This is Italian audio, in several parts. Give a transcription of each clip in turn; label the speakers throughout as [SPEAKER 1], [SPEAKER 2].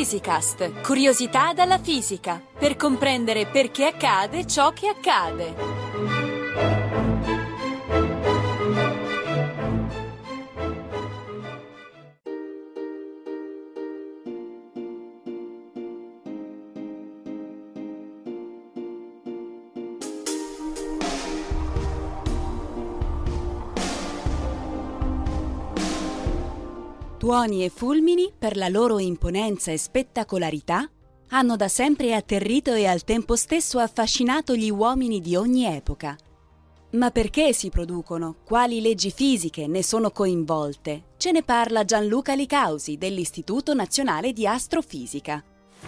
[SPEAKER 1] Fisicast, curiosità dalla fisica, per comprendere perché accade ciò che accade. Tuoni e fulmini, per la loro imponenza e spettacolarità, hanno da sempre atterrito e al tempo stesso affascinato gli uomini di ogni epoca. Ma perché si producono? Quali leggi fisiche ne sono coinvolte? Ce ne parla Gianluca Licausi dell'Istituto Nazionale di Astrofisica.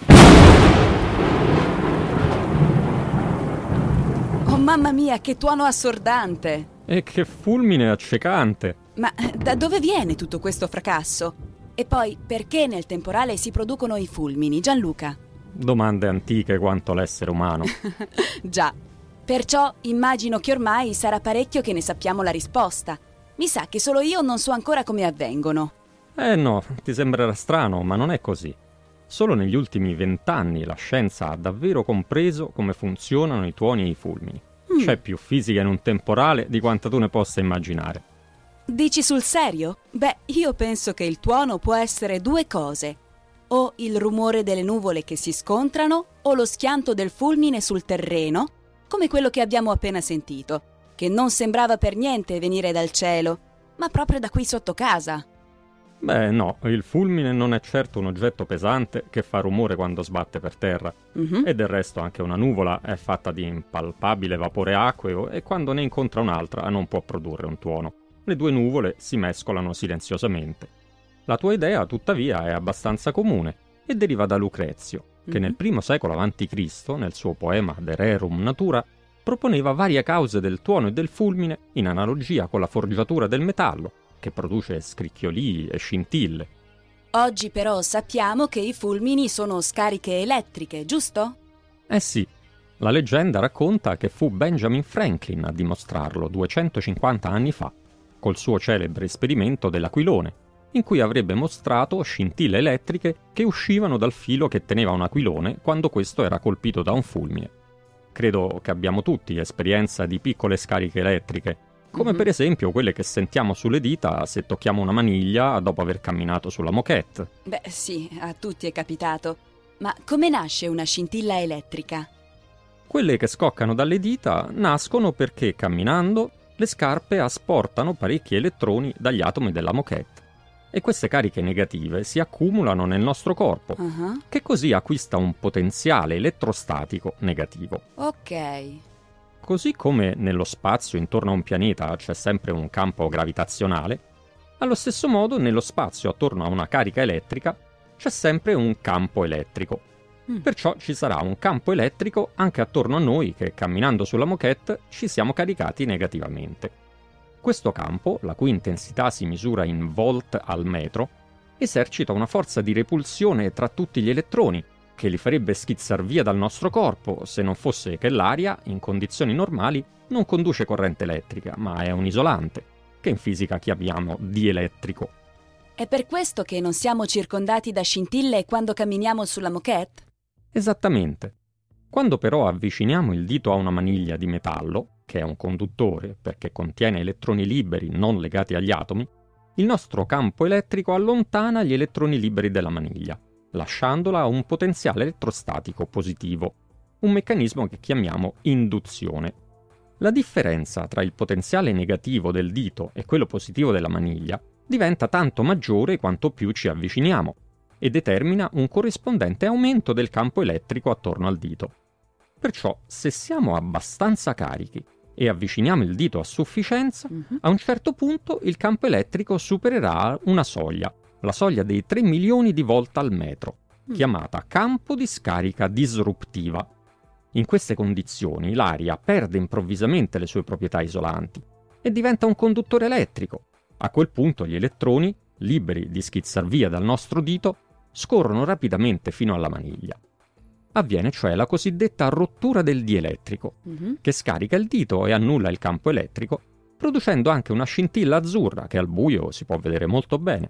[SPEAKER 1] Oh mamma mia, che tuono assordante!
[SPEAKER 2] E che fulmine accecante!
[SPEAKER 1] Ma da dove viene tutto questo fracasso? E poi, perché nel temporale si producono i fulmini, Gianluca?
[SPEAKER 2] Domande antiche quanto l'essere umano.
[SPEAKER 1] Già. Perciò immagino che ormai sarà parecchio che ne sappiamo la risposta. Mi sa che solo io non so ancora come avvengono.
[SPEAKER 2] No, ti sembrerà strano, ma non è così. Solo negli ultimi 20 anni la scienza ha davvero compreso come funzionano i tuoni e i fulmini. C'è più fisica in un temporale di quanto tu ne possa immaginare.
[SPEAKER 1] Dici sul serio? Beh, io penso che il tuono può essere due cose. O il rumore delle nuvole che si scontrano, o lo schianto del fulmine sul terreno, come quello che abbiamo appena sentito, che non sembrava per niente venire dal cielo, ma proprio da qui sotto casa.
[SPEAKER 2] Beh, no, il fulmine non è certo un oggetto pesante che fa rumore quando sbatte per terra. E del resto anche una nuvola è fatta di impalpabile vapore acqueo e quando ne incontra un'altra non può produrre un tuono. Le due nuvole si mescolano silenziosamente. La tua idea, tuttavia, è abbastanza comune e deriva da Lucrezio, che nel I secolo a.C., nel suo poema De Rerum Natura, proponeva varie cause del tuono e del fulmine in analogia con la forgiatura del metallo, che produce scricchiolii e scintille.
[SPEAKER 1] Oggi però sappiamo che i fulmini sono scariche elettriche, giusto?
[SPEAKER 2] Sì. La leggenda racconta che fu Benjamin Franklin a dimostrarlo 250 anni fa, col suo celebre esperimento dell'aquilone, in cui avrebbe mostrato scintille elettriche che uscivano dal filo che teneva un aquilone quando questo era colpito da un fulmine. Credo che abbiamo tutti esperienza di piccole scariche elettriche, come per esempio quelle che sentiamo sulle dita se tocchiamo una maniglia dopo aver camminato sulla moquette.
[SPEAKER 1] Beh, sì, a tutti è capitato. Ma come nasce una scintilla elettrica?
[SPEAKER 2] Quelle che scoccano dalle dita nascono perché camminando le scarpe asportano parecchi elettroni dagli atomi della moquette e queste cariche negative si accumulano nel nostro corpo, che così acquista un potenziale elettrostatico negativo.
[SPEAKER 1] Ok.
[SPEAKER 2] Così come nello spazio intorno a un pianeta c'è sempre un campo gravitazionale, allo stesso modo nello spazio attorno a una carica elettrica c'è sempre un campo elettrico. Perciò ci sarà un campo elettrico anche attorno a noi che, camminando sulla moquette, ci siamo caricati negativamente. Questo campo, la cui intensità si misura in volt al metro, esercita una forza di repulsione tra tutti gli elettroni, che li farebbe schizzar via dal nostro corpo se non fosse che l'aria, in condizioni normali, non conduce corrente elettrica, ma è un isolante, che in fisica chiamiamo dielettrico.
[SPEAKER 1] È per questo che non siamo circondati da scintille quando camminiamo sulla moquette?
[SPEAKER 2] Esattamente. Quando però avviciniamo il dito a una maniglia di metallo, che è un conduttore perché contiene elettroni liberi non legati agli atomi, il nostro campo elettrico allontana gli elettroni liberi della maniglia, lasciandola a un potenziale elettrostatico positivo, un meccanismo che chiamiamo induzione. La differenza tra il potenziale negativo del dito e quello positivo della maniglia diventa tanto maggiore quanto più ci avviciniamo e determina un corrispondente aumento del campo elettrico attorno al dito. Perciò, se siamo abbastanza carichi e avviciniamo il dito a sufficienza, a un certo punto il campo elettrico supererà una soglia, la soglia dei 3 milioni di volt al metro, chiamata campo di scarica disruptiva. In queste condizioni l'aria perde improvvisamente le sue proprietà isolanti e diventa un conduttore elettrico. A quel punto gli elettroni, liberi di schizzar via dal nostro dito, scorrono rapidamente fino alla maniglia. Avviene cioè la cosiddetta rottura del dielettrico, che scarica il dito e annulla il campo elettrico, producendo anche una scintilla azzurra che al buio si può vedere molto bene.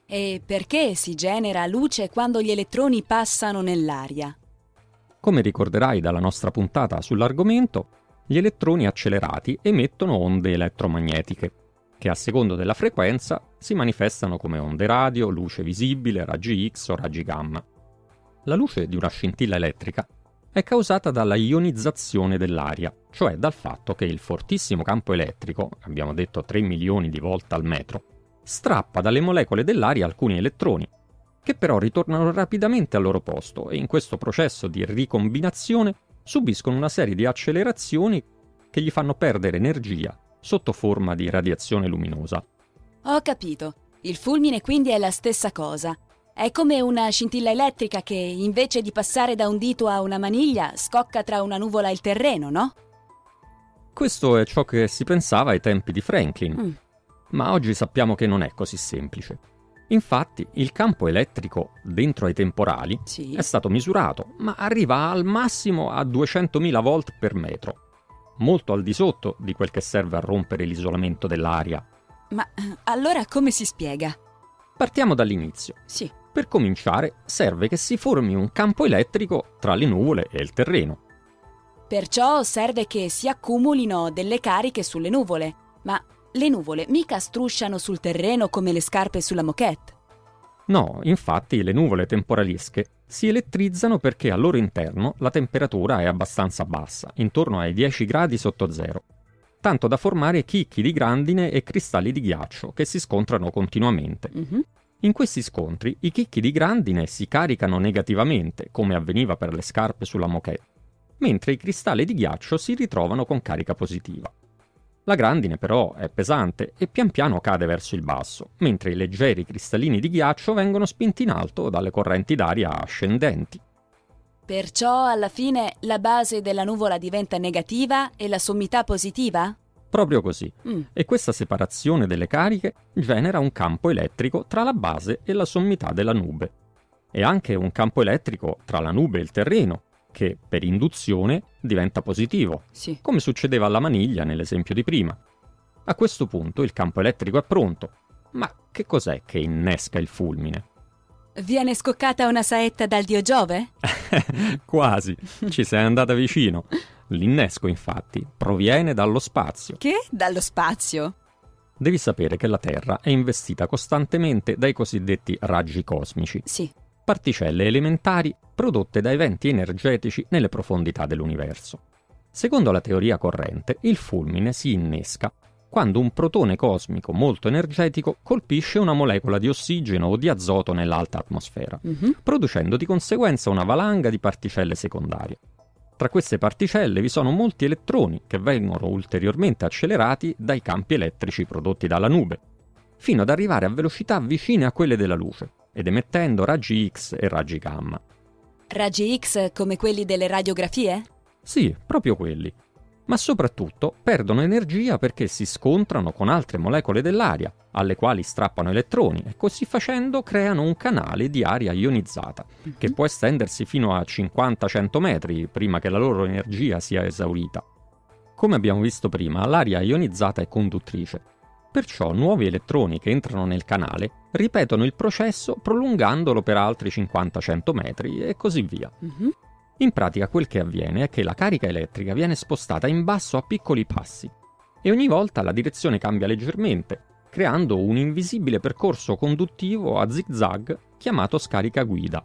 [SPEAKER 1] E perché si genera luce quando gli elettroni passano nell'aria?
[SPEAKER 2] Come ricorderai dalla nostra puntata sull'argomento, gli elettroni accelerati emettono onde elettromagnetiche, che a secondo della frequenza si manifestano come onde radio, luce visibile, raggi X o raggi gamma. La luce di una scintilla elettrica è causata dalla ionizzazione dell'aria, cioè dal fatto che il fortissimo campo elettrico, abbiamo detto 3 milioni di volt al metro, strappa dalle molecole dell'aria alcuni elettroni, che però ritornano rapidamente al loro posto e in questo processo di ricombinazione subiscono una serie di accelerazioni che gli fanno perdere energia sotto forma di radiazione luminosa.
[SPEAKER 1] Ho capito. Il fulmine quindi è la stessa cosa. È come una scintilla elettrica che, invece di passare da un dito a una maniglia, scocca tra una nuvola e il terreno, no?
[SPEAKER 2] Questo è ciò che si pensava ai tempi di Franklin, ma oggi sappiamo che non è così semplice. Infatti, il campo elettrico dentro ai temporali è stato misurato, ma arriva al massimo a 200.000 volt per metro, molto al di sotto di quel che serve a rompere l'isolamento dell'aria.
[SPEAKER 1] Ma allora come si spiega?
[SPEAKER 2] Partiamo dall'inizio.
[SPEAKER 1] Sì.
[SPEAKER 2] Per cominciare, serve che si formi un campo elettrico tra le nuvole e il terreno.
[SPEAKER 1] Perciò serve che si accumulino delle cariche sulle nuvole, ma le nuvole mica strusciano sul terreno come le scarpe sulla moquette.
[SPEAKER 2] No, infatti le nuvole temporalische si elettrizzano perché al loro interno la temperatura è abbastanza bassa, intorno ai 10 gradi sotto zero, tanto da formare chicchi di grandine e cristalli di ghiaccio che si scontrano continuamente. In questi scontri i chicchi di grandine si caricano negativamente, come avveniva per le scarpe sulla moquette, mentre i cristalli di ghiaccio si ritrovano con carica positiva. La grandine però è pesante e pian piano cade verso il basso, mentre i leggeri cristallini di ghiaccio vengono spinti in alto dalle correnti d'aria ascendenti.
[SPEAKER 1] Perciò alla fine la base della nuvola diventa negativa e la sommità positiva?
[SPEAKER 2] Proprio così. E questa separazione delle cariche genera un campo elettrico tra la base e la sommità della nube. E anche un campo elettrico tra la nube e il terreno, che per induzione diventa positivo, come succedeva alla maniglia nell'esempio di prima. A questo punto il campo elettrico è pronto. Ma che cos'è che innesca il fulmine?
[SPEAKER 1] Viene scoccata una saetta dal dio Giove?
[SPEAKER 2] Quasi, ci sei andata vicino. L'innesco, infatti, proviene dallo spazio.
[SPEAKER 1] Che? Dallo spazio?
[SPEAKER 2] Devi sapere che la Terra è investita costantemente dai cosiddetti raggi cosmici. Particelle elementari prodotte da eventi energetici nelle profondità dell'universo. Secondo la teoria corrente, il fulmine si innesca quando un protone cosmico molto energetico colpisce una molecola di ossigeno o di azoto nell'alta atmosfera, producendo di conseguenza una valanga di particelle secondarie. Tra queste particelle vi sono molti elettroni che vengono ulteriormente accelerati dai campi elettrici prodotti dalla nube, fino ad arrivare a velocità vicine a quelle della luce, ed emettendo raggi X e raggi gamma.
[SPEAKER 1] Raggi X come quelli delle radiografie?
[SPEAKER 2] Sì, proprio quelli. Ma soprattutto perdono energia perché si scontrano con altre molecole dell'aria, alle quali strappano elettroni, e così facendo creano un canale di aria ionizzata, che può estendersi fino a 50-100 metri prima che la loro energia sia esaurita. Come abbiamo visto prima, l'aria ionizzata è conduttrice. Perciò nuovi elettroni che entrano nel canale ripetono il processo prolungandolo per altri 50-100 metri e così via. In pratica quel che avviene è che la carica elettrica viene spostata in basso a piccoli passi e ogni volta la direzione cambia leggermente, creando un invisibile percorso conduttivo a zig-zag chiamato scarica guida.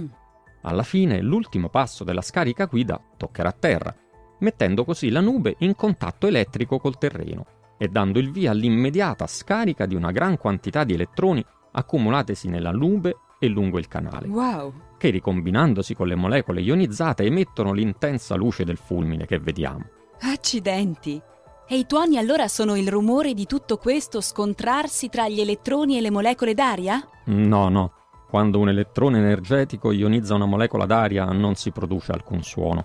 [SPEAKER 2] Alla fine l'ultimo passo della scarica guida toccherà terra, mettendo così la nube in contatto elettrico col terreno e dando il via all'immediata scarica di una gran quantità di elettroni accumulatesi nella nube e lungo il canale, che ricombinandosi con le molecole ionizzate emettono l'intensa luce del fulmine che vediamo.
[SPEAKER 1] Accidenti! E i tuoni allora sono il rumore di tutto questo scontrarsi tra gli elettroni e le molecole d'aria?
[SPEAKER 2] No. Quando un elettrone energetico ionizza una molecola d'aria non si produce alcun suono.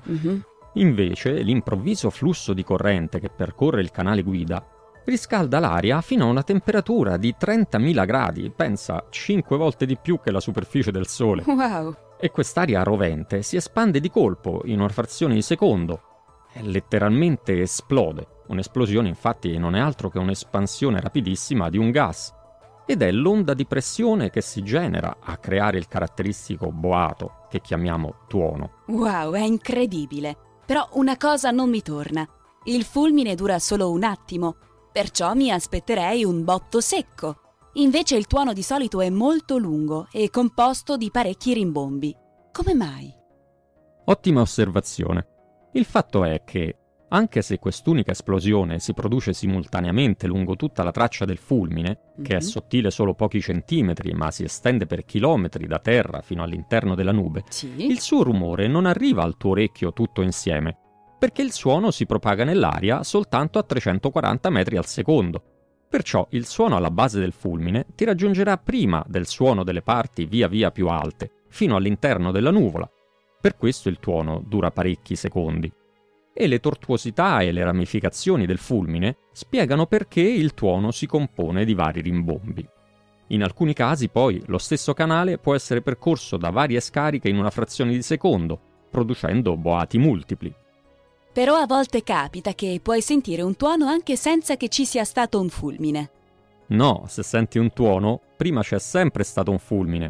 [SPEAKER 2] Invece l'improvviso flusso di corrente che percorre il canale guida riscalda l'aria fino a una temperatura di 30.000 gradi, pensa 5 volte di più che la superficie del Sole. E quest'aria rovente si espande di colpo in una frazione di secondo e letteralmente esplode. Un'esplosione infatti non è altro che un'espansione rapidissima di un gas. ed è l'onda di pressione che si genera a creare il caratteristico boato che chiamiamo tuono.
[SPEAKER 1] Wow, è incredibile! Però una cosa non mi torna. Il fulmine dura solo un attimo, perciò mi aspetterei un botto secco. Invece il tuono di solito è molto lungo e composto di parecchi rimbombi. Come mai?
[SPEAKER 2] Ottima osservazione. Il fatto è che, anche se quest'unica esplosione si produce simultaneamente lungo tutta la traccia del fulmine, che è sottile solo pochi centimetri ma si estende per chilometri da terra fino all'interno della nube, il suo rumore non arriva al tuo orecchio tutto insieme, perché il suono si propaga nell'aria soltanto a 340 metri al secondo. Perciò il suono alla base del fulmine ti raggiungerà prima del suono delle parti via via più alte, fino all'interno della nuvola. Per questo il tuono dura parecchi secondi. E le tortuosità e le ramificazioni del fulmine spiegano perché il tuono si compone di vari rimbombi. In alcuni casi, poi, lo stesso canale può essere percorso da varie scariche in una frazione di secondo, producendo boati multipli.
[SPEAKER 1] Però a volte capita che puoi sentire un tuono anche senza che ci sia stato un fulmine.
[SPEAKER 2] No, se senti un tuono, prima c'è sempre stato un fulmine.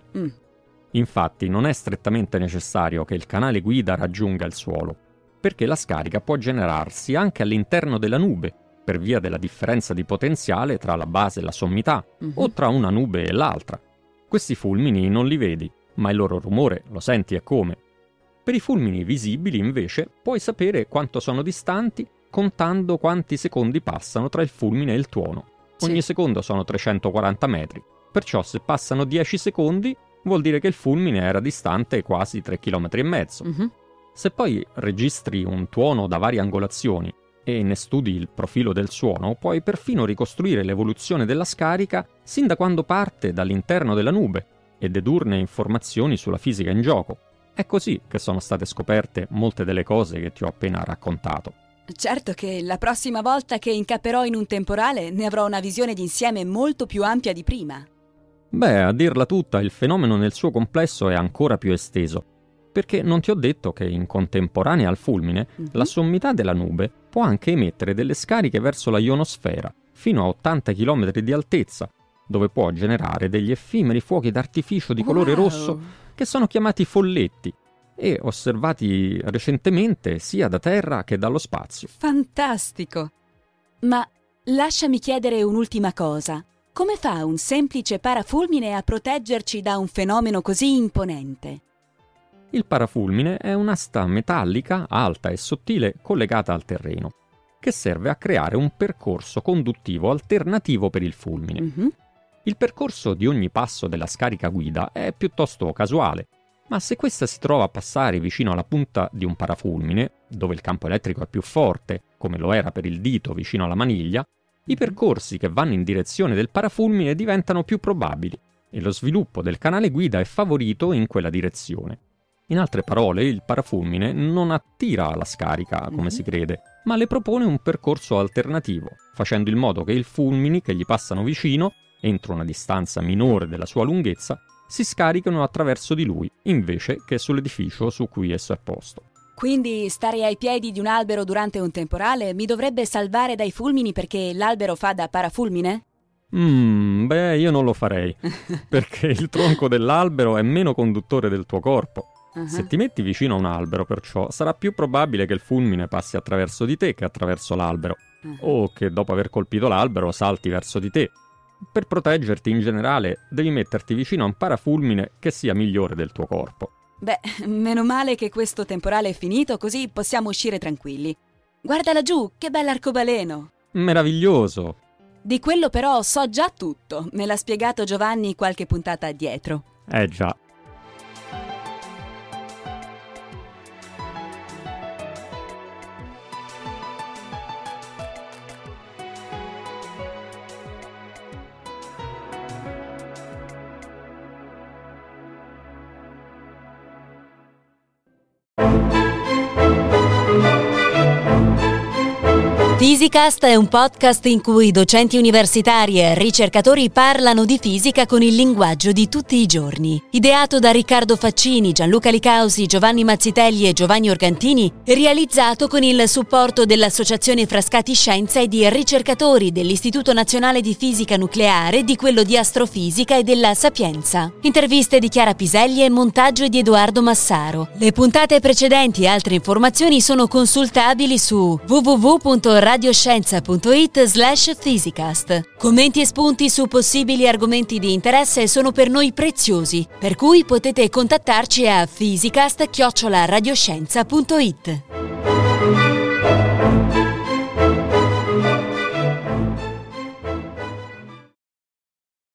[SPEAKER 2] Infatti non è strettamente necessario che il canale guida raggiunga il suolo, perché la scarica può generarsi anche all'interno della nube, per via della differenza di potenziale tra la base e la sommità, o tra una nube e l'altra. Questi fulmini non li vedi, ma il loro rumore lo senti e come. Per i fulmini visibili, invece, puoi sapere quanto sono distanti contando quanti secondi passano tra il fulmine e il tuono. Ogni secondo sono 340 metri, perciò se passano 10 secondi vuol dire che il fulmine era distante quasi 3,5 km. Se poi registri un tuono da varie angolazioni e ne studi il profilo del suono, puoi perfino ricostruire l'evoluzione della scarica sin da quando parte dall'interno della nube e dedurne informazioni sulla fisica in gioco. È così che sono state scoperte molte delle cose che ti ho appena raccontato.
[SPEAKER 1] Certo che la prossima volta che incapperò in un temporale ne avrò una visione d'insieme molto più ampia di prima.
[SPEAKER 2] Beh, a dirla tutta, il fenomeno nel suo complesso è ancora più esteso, perché non ti ho detto che in contemporanea al fulmine la sommità della nube può anche emettere delle scariche verso la ionosfera, fino a 80 km di altezza, dove può generare degli effimeri fuochi d'artificio di colore rosso che sono chiamati folletti e osservati recentemente sia da terra che dallo spazio.
[SPEAKER 1] Fantastico! Ma lasciami chiedere un'ultima cosa. Come fa un semplice parafulmine a proteggerci da un fenomeno così imponente?
[SPEAKER 2] Il parafulmine è un'asta metallica alta e sottile collegata al terreno, che serve a creare un percorso conduttivo alternativo per il fulmine. Il percorso di ogni passo della scarica guida è piuttosto casuale, ma se questa si trova a passare vicino alla punta di un parafulmine, dove il campo elettrico è più forte, come lo era per il dito vicino alla maniglia, i percorsi che vanno in direzione del parafulmine diventano più probabili e lo sviluppo del canale guida è favorito in quella direzione. In altre parole, il parafulmine non attira la scarica, come si crede, ma le propone un percorso alternativo, facendo in modo che i fulmini che gli passano vicino, entro una distanza minore della sua lunghezza, si scaricano attraverso di lui, invece che sull'edificio su cui esso è posto.
[SPEAKER 1] Quindi stare ai piedi di un albero durante un temporale mi dovrebbe salvare dai fulmini perché l'albero fa da parafulmine?
[SPEAKER 2] Beh, io non lo farei, perché il tronco dell'albero è meno conduttore del tuo corpo. Se ti metti vicino a un albero, perciò, sarà più probabile che il fulmine passi attraverso di te che attraverso l'albero, o che dopo aver colpito l'albero salti verso di te. Per proteggerti in generale, devi metterti vicino a un parafulmine che sia migliore del tuo corpo.
[SPEAKER 1] Beh, meno male che questo temporale è finito, così possiamo uscire tranquilli. Guarda laggiù, che bell'arcobaleno!
[SPEAKER 2] Meraviglioso!
[SPEAKER 1] Di quello però so già tutto, me l'ha spiegato Giovanni qualche puntata addietro.
[SPEAKER 2] Già.
[SPEAKER 1] Ti Physicast è un podcast in cui docenti universitari e ricercatori parlano di fisica con il linguaggio di tutti i giorni. Ideato da Riccardo Faccini, Gianluca Licausi, Giovanni Mazzitelli e Giovanni Organtini, realizzato con il supporto dell'Associazione Frascati Scienza e di ricercatori dell'Istituto Nazionale di Fisica Nucleare, di quello di Astrofisica e della Sapienza. Interviste di Chiara Piselli e montaggio di Edoardo Massaro. Le puntate precedenti e altre informazioni sono consultabili su www.radioscienza.it/physicast. Commenti e spunti su possibili argomenti di interesse sono per noi preziosi, per cui potete contattarci a physicast@radioscienza.it.